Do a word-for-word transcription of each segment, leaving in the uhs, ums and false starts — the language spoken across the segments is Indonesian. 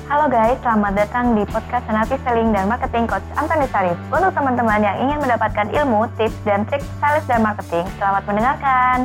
Halo guys, selamat datang di podcast Senapi Selling dan Marketing Coach Antoni Sarif. Untuk teman-teman yang ingin mendapatkan ilmu, tips, dan trik sales dan marketing, selamat mendengarkan.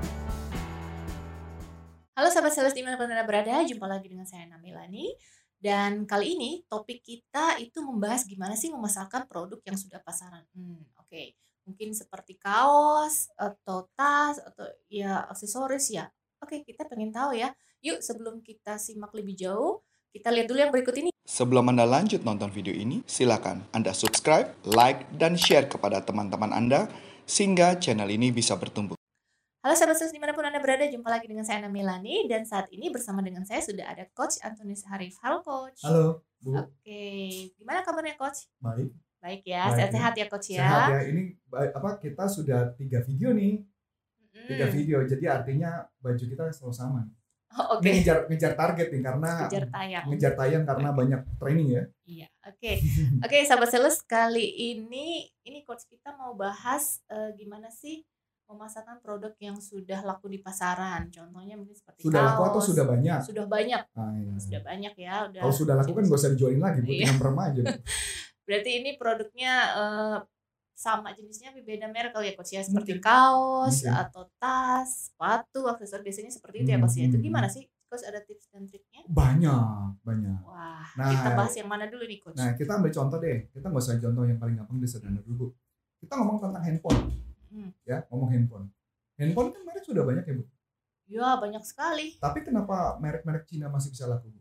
Halo sahabat sales dimanapun Anda berada, jumpa lagi dengan saya Namilani. Dan kali ini topik kita itu membahas gimana sih memasarkan produk yang sudah pasaran. Hmm, Oke, okay. Mungkin seperti kaos, atau tas, atau ya aksesoris ya. Oke, okay, kita pengen tahu ya. Yuk sebelum kita simak lebih jauh, kita lihat dulu yang berikut ini. Sebelum Anda lanjut nonton video ini, silakan Anda subscribe, like, dan share kepada teman-teman Anda sehingga channel ini bisa bertumbuh. Halo sahabat sales dimanapun Anda berada, jumpa lagi dengan saya Namilani dan saat ini bersama dengan saya sudah ada Coach Antoni Sarif. Halo Coach. Halo Bu. Oke, gimana kabarnya Coach? Baik. Baik ya, Baik sehat-sehat ya Coach ya. Sehat ya, ini apa kita sudah tiga video nih, hmm. tiga video, jadi artinya baju kita selalu sama. Oh, Oke. Okay. Ini ngejar, ngejar target nih karena ngejar tayang. Ngejar tayang karena okay. banyak training ya. Iya, oke. Okay. Oke, okay, sahabat sales, kali ini ini coach kita mau bahas uh, gimana sih memasarkan produk yang sudah laku di pasaran. Contohnya mungkin seperti sudah kaos. laku atau sudah banyak? Sudah banyak. Ah, iya. Sudah banyak ya, udah. Kalau sudah laku kan gak usah dijualin lagi, Bu, tinggal merem aja. Berarti ini produknya uh, sama jenisnya tapi beda merek kali ya coach ya, seperti mungkin. Kaos mungkin. Atau tas, sepatu, aksesoris biasanya seperti itu hmm, ya coach ya. Itu gimana sih coach, ada tips dan triknya? Banyak, banyak. Wah, nah, kita bahas yang mana dulu nih coach? Nah, kita ambil contoh deh. Kita nggak usah contoh yang paling gampang deh, sederhana dulu. Kita ngomong tentang handphone. Hmm. Ya, ngomong handphone. Handphone kan merek sudah banyak ya, Bu? Ya, banyak sekali. Tapi kenapa merek-merek Cina masih bisa laku, Bu?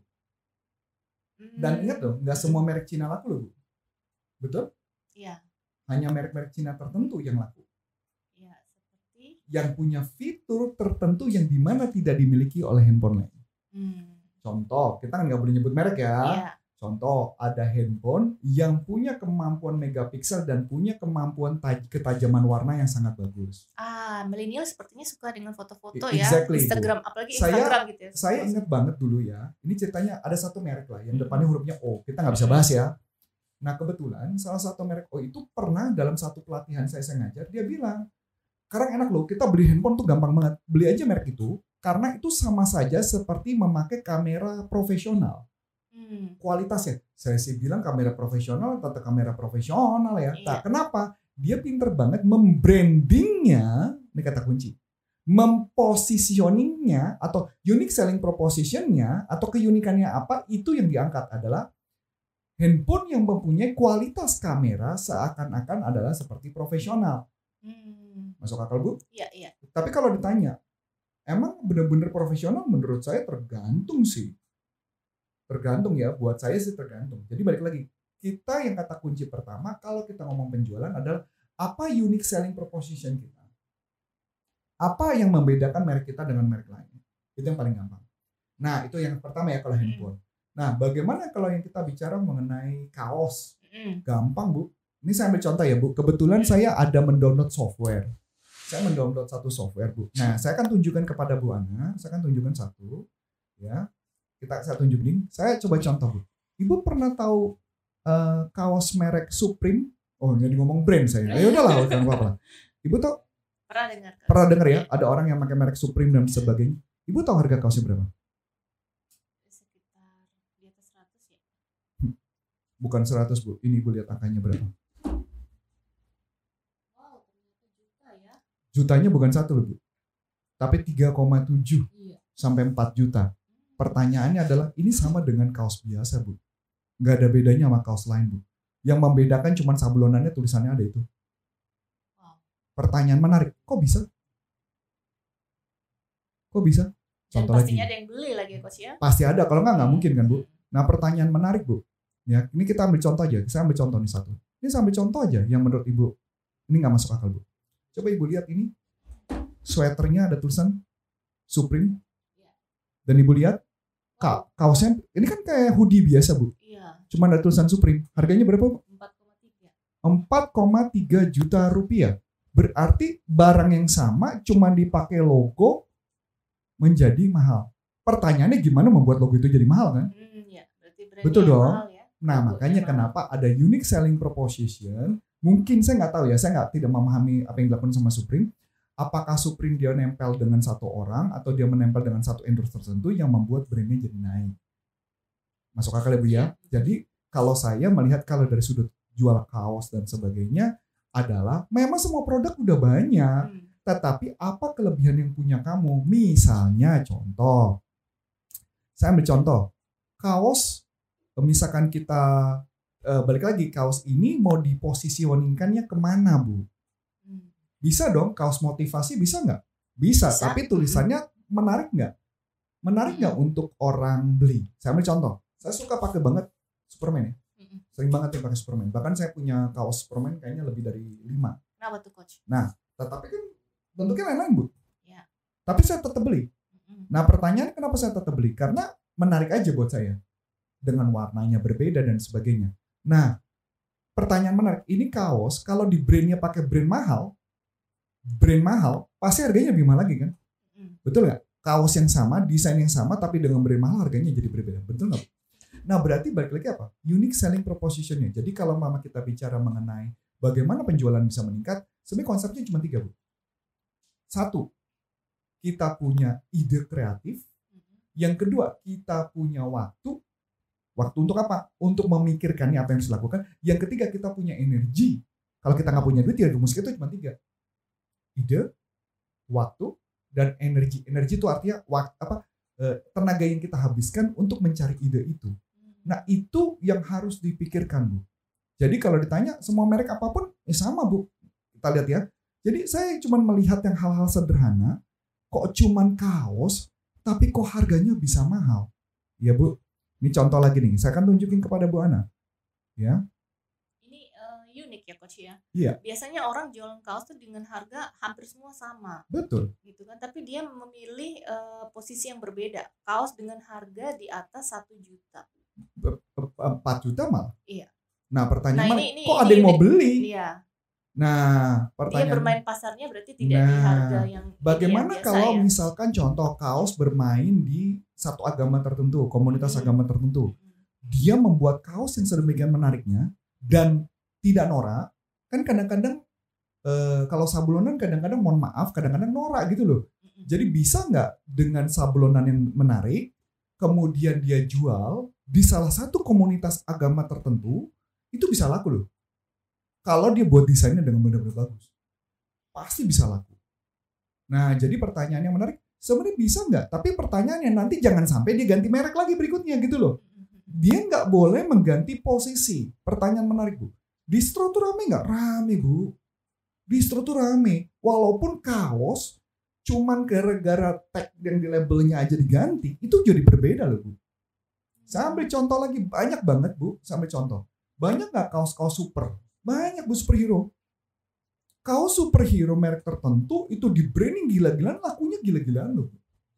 Hmm. Dan ingat dong, nggak semua merek Cina laku loh, Bu. Betul? Iya. Hanya merek-merek Cina tertentu yang laku. Ya, seperti yang punya fitur tertentu yang dimana tidak dimiliki oleh handphone lain. Hmm. Contoh, kita kan nggak boleh nyebut merek ya. Iya. Contoh, ada handphone yang punya kemampuan megapiksel dan punya kemampuan taj- ketajaman warna yang sangat bagus. Ah, milenial sepertinya suka dengan foto-foto exactly ya, Instagram, itu. Apalagi saya, Instagram gitu ya. Saya ingat banget dulu ya, ini ceritanya ada satu merek lah yang depannya hurufnya O. Kita nggak bisa bahas ya. Nah kebetulan salah satu merek O itu pernah dalam satu pelatihan saya, saya ngajar, dia bilang, sekarang enak loh, kita beli handphone tuh gampang banget. Beli aja merek itu, karena itu sama saja seperti memakai kamera profesional. Hmm. Kualitasnya, saya sih bilang kamera profesional, tetap kamera profesional ya. Iya. Nah, kenapa? Dia pinter banget membrandingnya, ini kata kunci. Mempositioningnya atau unique selling propositionnya atau keunikannya apa, itu yang diangkat adalah handphone yang mempunyai kualitas kamera seakan-akan adalah seperti profesional. Hmm. Masuk akal, Bu? Iya, iya. Tapi kalau ditanya, emang benar-benar profesional? Menurut saya tergantung sih. Tergantung ya, buat saya sih tergantung. Jadi balik lagi, kita yang kata kunci pertama kalau kita ngomong penjualan adalah apa unique selling proposition kita? Apa yang membedakan merek kita dengan merek lain? Itu yang paling gampang. Nah, itu yang pertama ya kalau handphone. Nah, bagaimana kalau yang kita bicara mengenai kaos? Gampang, Bu. Ini saya ambil contoh ya, Bu. Kebetulan saya ada mendownload software. Saya mendownload satu software, Bu. Nah, saya akan tunjukkan kepada Bu Ana. Saya akan tunjukkan satu. Ya, kita saya tunjukin. Saya coba contoh, Bu. Ibu pernah tahu uh, kaos merek Supreme? Oh, jadi ngomong brand saya. Ya udahlah, jangan apa-apa. Ibu tahu? Pernah dengar? Pernah dengar ya? Ada orang yang pakai merek Supreme dan sebagainya. Ibu tahu harga kaosnya berapa? Bukan seratus, Bu. Ini Ibu lihat angkanya berapa. Wow, ternyata juta ya. Jutanya bukan satu, Bu. Tapi tiga koma tujuh iya. Sampai empat juta. Pertanyaannya adalah, ini sama dengan kaos biasa, Bu. Nggak ada bedanya sama kaos lain, Bu. Yang membedakan cuma sablonannya, tulisannya ada itu. Wow. Pertanyaan menarik, kok bisa? Kok bisa? Contoh Dan pastinya lagi. Ada yang beli lagi, Coach ya? Pasti ada, kalau nggak, nggak mungkin kan, Bu. Nah, pertanyaan menarik, Bu. Ya, ini kita ambil contoh aja. Saya ambil contoh nih satu. Ini saya ambil contoh aja yang menurut Ibu ini nggak masuk akal, Bu. Coba Ibu lihat ini. Sweaternya ada tulisan Supreme. Dan Ibu lihat ka- kaosnya ini kan kayak hoodie biasa, Bu. Iya. Cuma ada tulisan Supreme. Harganya berapa, Bu? empat koma tiga. empat koma tiga juta rupiah. Berarti barang yang sama cuma dipakai logo menjadi mahal. Pertanyaannya gimana membuat logo itu jadi mahal kan? Hmm, ya. Berarti betul dong. Mahal, ya? Nah, Betul, makanya ya, kenapa ada unique selling proposition. Mungkin saya nggak tahu ya, saya nggak tidak memahami apa yang dilakukan sama Supreme. Apakah Supreme dia nempel dengan satu orang atau dia menempel dengan satu endorse tertentu yang membuat brandnya jadi naik. Masuk akal ya Bu ya. Jadi kalau saya melihat kalau dari sudut jual kaos dan sebagainya adalah memang semua produk udah banyak. Hmm. Tetapi apa kelebihan yang punya kamu? Misalnya contoh. Saya ambil contoh. Kaos, misalkan kita eh, balik lagi, kaos ini mau dipositioningkannya kemana Bu? Hmm. Bisa dong, kaos motivasi bisa nggak? Bisa, Bisa. tapi tulisannya menarik nggak? Menarik nggak untuk orang beli? Saya ambil contoh. Saya suka pakai banget Superman ya. Mm-mm. Sering banget yang pakai Superman. Bahkan saya punya kaos Superman kayaknya lebih dari lima. Kenapa tuh coach? Tetapi kan bentuknya lain-lain Bu. Ya. Tapi saya tetap beli. Mm-mm. Nah pertanyaan kenapa saya tetap beli? Karena menarik aja buat saya. Dengan warnanya berbeda dan sebagainya. Nah pertanyaan menarik. Ini kaos kalau di brandnya pakai brand mahal. Brand mahal pasti harganya lebih mahal lagi kan? Mm-mm. Betul nggak? Kaos yang sama, desain yang sama, tapi dengan brand mahal harganya jadi berbeda. Betul nggak? Nah berarti balik lagi apa? Unique selling propositionnya. Jadi kalau mama kita bicara mengenai bagaimana penjualan bisa meningkat, sebenarnya konsepnya cuma tiga Bu. Satu, kita punya ide kreatif. Mm-mm. Yang kedua, kita punya waktu. Waktu untuk apa? Untuk memikirkannya apa yang harus dilakukan. Yang ketiga, kita punya energi. Kalau kita nggak punya duit, ya rumus kita cuma tiga. Ide, waktu, dan energi. Energi itu artinya waktu, apa, eh, tenaga yang kita habiskan untuk mencari ide itu. Nah itu yang harus dipikirkan Bu. Jadi kalau ditanya semua merek apapun, ya sama Bu. Kita lihat ya. Jadi saya cuma melihat yang hal-hal sederhana. Kok cuman kaos, tapi kok harganya bisa mahal. Ya Bu. Ini contoh lagi nih. Saya akan tunjukin kepada Bu Ana. Ya. Ini eh, unik ya coach ya. Iya. Biasanya orang jualan kaos tuh dengan harga hampir semua sama. Betul. Gitu kan, tapi dia memilih eh, posisi yang berbeda. Kaos dengan harga di atas satu juta. empat juta malah. Iya. Nah pertanyaan Nah, mana, ini- ini- kok ini ada yang mau unik. beli? Iya. Nah Dia pertanyaan, bermain pasarnya berarti tidak di Nah, harga yang ini bagaimana yang biasa kalau ya. misalkan contoh kaos bermain di satu agama tertentu, komunitas Hmm. agama tertentu. Mm-mm. Dia membuat kaos yang sedemikian menariknya dan tidak norak. Kan kadang-kadang eh, kalau sablonan kadang-kadang mohon maaf, kadang-kadang norak gitu loh. Mm-mm. Jadi bisa nggak dengan sablonan yang menarik, kemudian dia jual di salah satu komunitas agama tertentu, itu bisa laku loh. Kalau dia buat desainnya dengan benar-benar bagus, pasti bisa laku. Nah, jadi pertanyaan yang menarik, sebenarnya bisa nggak? Tapi pertanyaannya nanti jangan sampai dia ganti merek lagi berikutnya gitu loh. Mm-mm. Dia nggak boleh mengganti posisi. Pertanyaan menarik Bu. Distro tuh rame nggak? Rame Bu. Distro tuh rame. Walaupun kaos cuman gara-gara tag yang di labelnya aja diganti, itu jadi berbeda loh Bu. Saya ambil contoh lagi, banyak banget Bu. Saya ambil contoh. Banyak nggak kaos-kaos super? Banyak Bu superhero. Kaos superhero merek tertentu itu di branding gila-gilaan, lakunya gila-gilaan loh.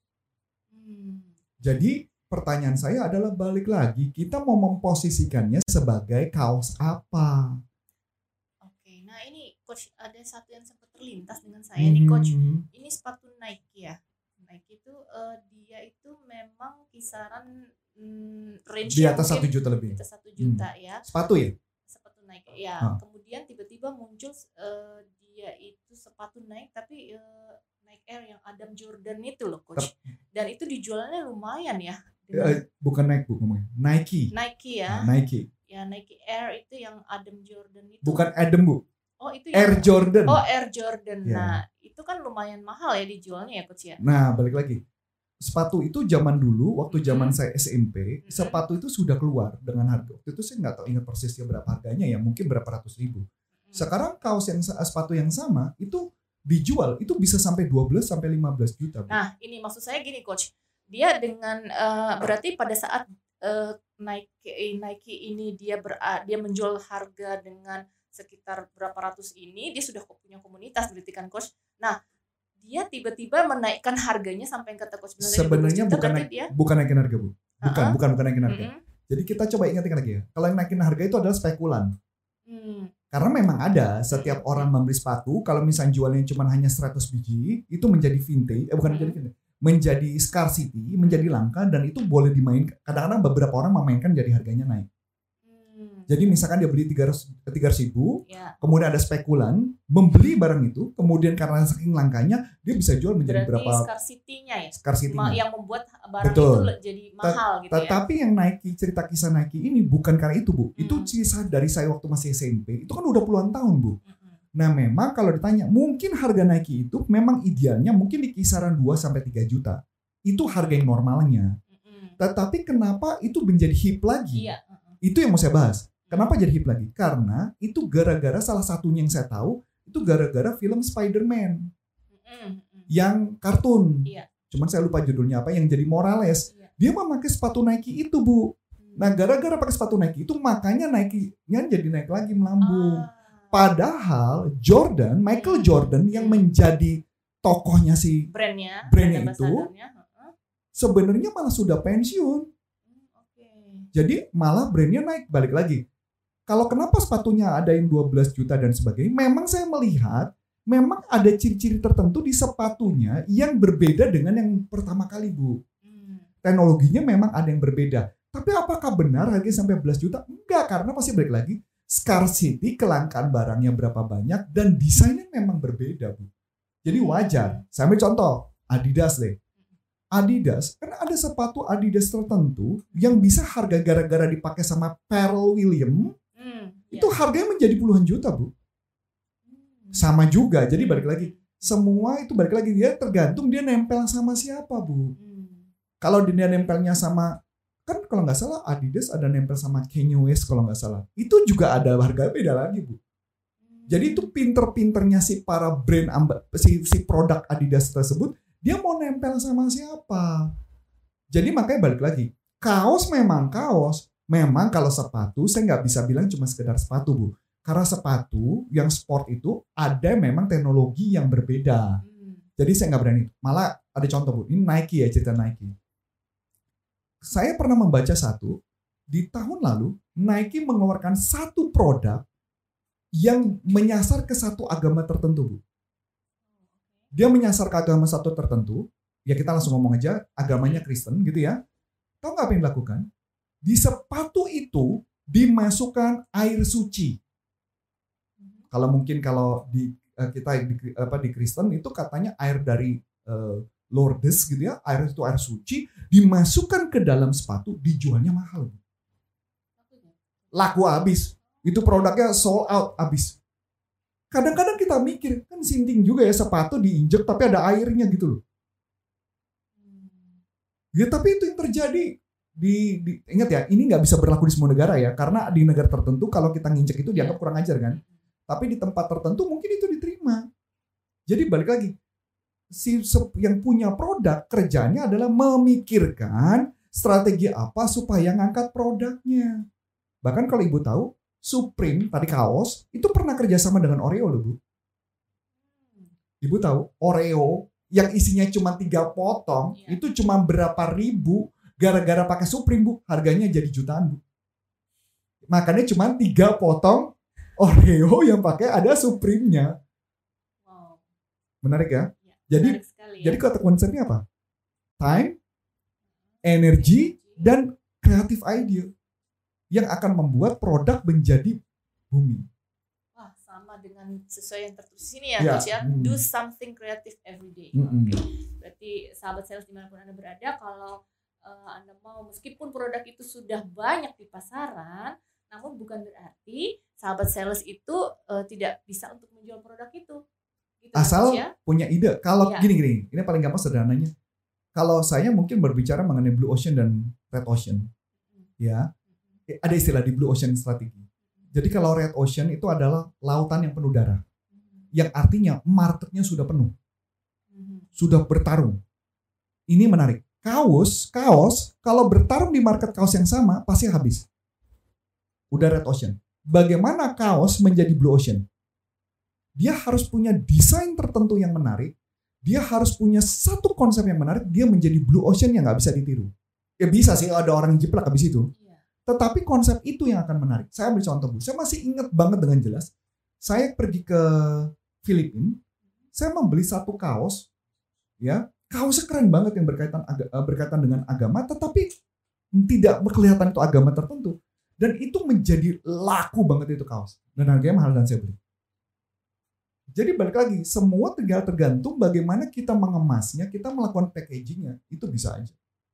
Hmm. Jadi pertanyaan saya adalah balik lagi, kita mau memposisikannya sebagai kaos apa? Oke, nah ini coach ada satu yang sempat terlintas dengan saya nih coach. Hmm. Ini sepatu Nike ya. Nike itu eh, dia itu memang kisaran mm, range Di atas satu juta di lebih. atas satu juta ya. Sepatu ya? Sepatu Nike ya. Ah. Kemudian tiba-tiba muncul eh, dia itu sepatu Nike tapi eh, Nike Air yang Adam Jordan itu loh coach. Dan itu dijualnya lumayan ya. Dengan Eh, bukan Nike Bu ngomongnya. Nike. Nike ya. Nah, Nike. Ya Nike Air itu yang Adam Jordan itu. Bukan Adam Bu. Oh itu Air yang Jordan. Oh Air Jordan. Ya. Nah itu kan lumayan mahal ya dijualnya ya coach ya. Nah, balik lagi. Sepatu itu zaman dulu, waktu zaman Mhm. saya S M P, Mhm. sepatu itu sudah keluar dengan harga. Waktu itu saya nggak tahu ingat persisnya berapa harganya ya, mungkin berapa ratus ribu. Hmm. Sekarang kaos yang sepatu yang sama itu dijual itu bisa sampai dua belas sampai lima belas juta. Bu. Nah ini maksud saya gini coach. Dia dengan eh, berarti pada saat eh, Nike Nike ini dia ber, dia menjual harga dengan sekitar berapa ratus ini, dia sudah punya komunitas berarti kan coach. Nah dia tiba-tiba menaikkan harganya sampai yang kata coach bilang tadi Sebenarnya dua puluh juta, bukan berarti naik, dia bukan naikin harga Bu. Bukan, Uh-uh. bukan bukan naikin harga. Mm-mm. Jadi kita coba ingatin lagi ya. Kalau yang naikin harga itu adalah spekulan. Hmm. Karena memang ada setiap orang membeli sepatu, kalau misalnya jualnya cuma hanya seratus biji, itu menjadi vintage, eh bukan Hmm. menjadi vintage, menjadi scarcity, menjadi langka dan itu boleh dimainkan. Kadang-kadang beberapa orang memainkan jadi harganya naik. Hmm. Jadi misalkan dia beli tiga ratus ribu, Ya. kemudian ada spekulan membeli barang itu, kemudian karena saking langkanya dia bisa jual menjadi Berarti berapa scarcity-nya ya, scarcity-nya. yang membuat barang Betul. itu jadi mahal gitu ya. Tetapi yang Nike, cerita kisah Nike ini bukan karena itu, Bu. Itu Hmm. kisah dari saya waktu masih S M P. Itu kan udah puluhan tahun, Bu. Mm-mm. Nah, memang kalau ditanya, mungkin harga Nike itu memang idealnya mungkin di kisaran dua sampai tiga juta. Itu harga yang normalnya. Mm-mm. Tetapi kenapa itu menjadi hip lagi? Iya. Mm-mm. Itu yang mau saya bahas. Kenapa jadi hip lagi? Karena itu gara-gara salah satunya yang saya tahu, itu gara-gara film Spider-Man Mm-mm. yang kartun. Iya. Cuman saya lupa judulnya apa, yang jadi Morales. Iya. Dia memakai sepatu Nike itu, Bu. Mm. Nah, gara-gara pakai sepatu Nike itu makanya Nike-nya jadi naik lagi melambung. Ah. Padahal Jordan, Michael Jordan yang menjadi tokohnya si brandnya, brandnya brand itu, ambassador-nya, heeh. sebenarnya malah sudah pensiun. Hmm, oke. Jadi malah brandnya naik. Balik lagi. Kalau kenapa sepatunya ada yang dua belas juta dan sebagainya, memang saya melihat memang ada ciri-ciri tertentu di sepatunya yang berbeda dengan yang pertama kali, Bu. Hmm. Teknologinya memang ada yang berbeda. Tapi apakah benar harganya sampai belas juta? Enggak, karena pasti balik lagi. Scarcity, kelangkaan barangnya berapa banyak, dan desainnya memang berbeda, Bu. Jadi wajar. Saya ambil contoh, Adidas deh. Adidas, kan ada sepatu Adidas tertentu yang bisa harga gara-gara dipakai sama Pharrell Williams, Hmm, itu ya. harganya menjadi puluhan juta, Bu. Hmm. Sama juga, jadi balik lagi. Semua itu balik lagi, dia tergantung dia nempel sama siapa, Bu. Hmm. Kalau dia nempelnya sama, kan kalau nggak salah Adidas ada nempel sama Kanye West kalau nggak salah. Itu juga ada harga beda lagi, Bu. Jadi itu pinter-pinternya si para brand, amba, si, si produk Adidas tersebut, dia mau nempel sama siapa. Jadi makanya balik lagi, kaos memang kaos. Memang kalau sepatu, saya nggak bisa bilang cuma sekedar sepatu, Bu. Karena sepatu yang sport itu ada memang teknologi yang berbeda. Hmm. Jadi saya nggak berani. Malah ada contoh, Bu. Ini Nike ya, cerita Nike. Saya pernah membaca satu, di tahun lalu Nike mengeluarkan satu produk yang menyasar ke satu agama tertentu, Bu. Dia menyasar ke agama satu tertentu, ya kita langsung ngomong aja, agamanya Kristen gitu ya. Tahu nggak apa yang dilakukan? Di sepatu itu dimasukkan air suci. Kalau mungkin kalau di uh, kita di, apa di Kristen itu katanya air dari uh, Lourdes gitu ya, air itu air suci dimasukkan ke dalam sepatu, dijualnya mahal. Laku habis. Itu produknya sold out habis. Kadang-kadang kita mikir, kan sinting juga ya sepatu diinjek tapi ada airnya gitu loh. Ya tapi itu yang terjadi. Di, di, ingat ya, ini nggak bisa berlaku di semua negara ya, karena di negara tertentu kalau kita nginjek itu dianggap kurang ajar kan. Tapi di tempat tertentu mungkin itu diterima. Jadi balik lagi, si yang punya produk kerjanya adalah memikirkan strategi apa supaya ngangkat produknya. Bahkan kalau ibu tahu, Supreme tadi kaos itu pernah kerjasama dengan Oreo loh, Bu. Ibu tahu Oreo yang isinya cuma tiga potong ya. Itu cuma berapa ribu. Gara-gara pakai Supreme, Bu, harganya jadi jutaan, Bu. Makanya cuma tiga potong Oreo yang pakai ada Supreme-nya. Wow. Menarik ya? Ya, Jadi menarik sekali, ya. jadi kata konsepnya apa? Time, energi, dan creative idea yang akan membuat produk menjadi booming. Wah, sama dengan sesuai yang tertulis di sini ya, Ya, Coach ya. hmm. Do something creative every day. Mm-mm. Oke. Berarti sahabat sales dimanapun Anda berada, kalau uh, Anda mau, meskipun produk itu sudah banyak di pasaran, namun bukan berarti sahabat sales itu uh, tidak bisa untuk menjual produk itu. Gitu, Asal Coach, ya? punya ide. Kalau Ya. gini-gini, ini paling gampang sederhananya. Kalau saya mungkin berbicara mengenai Blue Ocean dan Red Ocean, ya ada istilah di Blue Ocean strategi. Jadi kalau Red Ocean itu adalah lautan yang penuh darah, yang artinya marketnya sudah penuh, sudah bertarung. Ini menarik. Kaos, kaos kalau bertarung di market kaos yang sama pasti habis. Udah Red Ocean. Bagaimana kaos menjadi Blue Ocean? Dia harus punya desain tertentu yang menarik. Dia harus punya satu konsep yang menarik. Dia menjadi Blue Ocean yang nggak bisa ditiru. Ya bisa sih ada orang yang jiplak habis itu. Tetapi konsep itu yang akan menarik. Saya ambil contoh, Bu. Saya masih ingat banget dengan jelas. Saya pergi ke Filipina. Saya membeli satu kaos. Ya, kaosnya keren banget yang berkaitan berkaitan dengan agama. Tetapi tidak kelihatan itu agama tertentu. Dan itu menjadi laku banget itu kaos. Dan harganya mahal dan saya beli. Jadi balik lagi, semua tinggal tergantung bagaimana kita mengemasnya, kita melakukan packagingnya, itu bisa aja.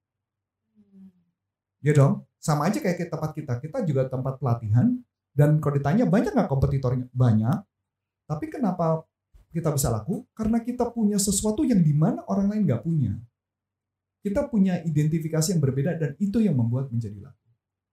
Ya dong, sama aja kayak tempat kita. Kita juga tempat pelatihan, dan kalau ditanya banyak nggak kompetitornya? Banyak. Tapi kenapa kita bisa laku? Karena kita punya sesuatu yang dimana orang lain nggak punya. Kita punya identifikasi yang berbeda, dan itu yang membuat menjadi laku.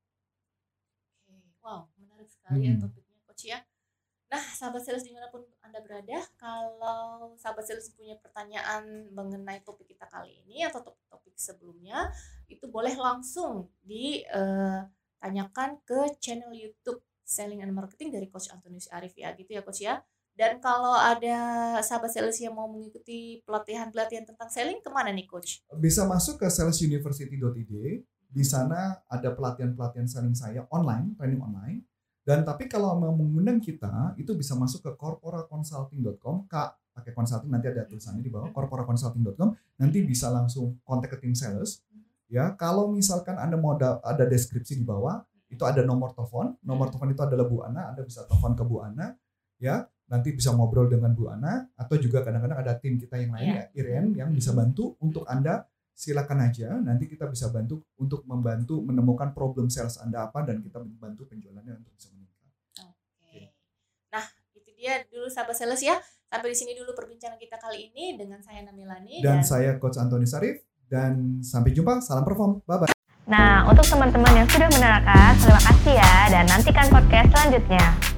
Wow, menarik sekali ya Hmm. topiknya Coach ya. Nah, sahabat sales dimanapun Anda berada, kalau sahabat sales punya pertanyaan mengenai topik kita kali ini atau topik-topik sebelumnya, itu boleh langsung ditanyakan ke channel YouTube Selling and Marketing dari Coach Antonius Arif ya, gitu ya Coach ya. Dan kalau ada sahabat sales yang mau mengikuti pelatihan-pelatihan tentang selling, kemana nih Coach? Bisa masuk ke sales university dot i d. Di sana ada pelatihan-pelatihan selling saya online, training online. Dan tapi kalau mau mengundang kita, itu bisa masuk ke corpora consulting dot com. Kak, pakai consulting, nanti ada tulisannya di bawah, corpora consulting dot com. Nanti bisa langsung kontak ke tim sales. Ya, kalau misalkan Anda mau ada, ada deskripsi di bawah, itu ada nomor telepon. Nomor telepon itu adalah Bu Ana. Anda bisa telepon ke Bu Ana. Ya, nanti bisa ngobrol dengan Bu Ana. Atau juga kadang-kadang ada tim kita yang lain, Yeah. ya, Iren, yang bisa bantu untuk Anda. Silakan aja, nanti kita bisa bantu untuk membantu menemukan problem sales Anda apa, dan kita bantu penjualannya untuk bisa meningkat. Oke. Nah, itu dia dulu sahabat sales ya. Sampai di sini dulu perbincangan kita kali ini dengan saya Namilani Dan, dan saya Coach Antonius Arif, dan sampai jumpa, salam perform, bye-bye. Nah, untuk teman-teman yang sudah menerangkan, terima kasih ya, dan nantikan podcast selanjutnya.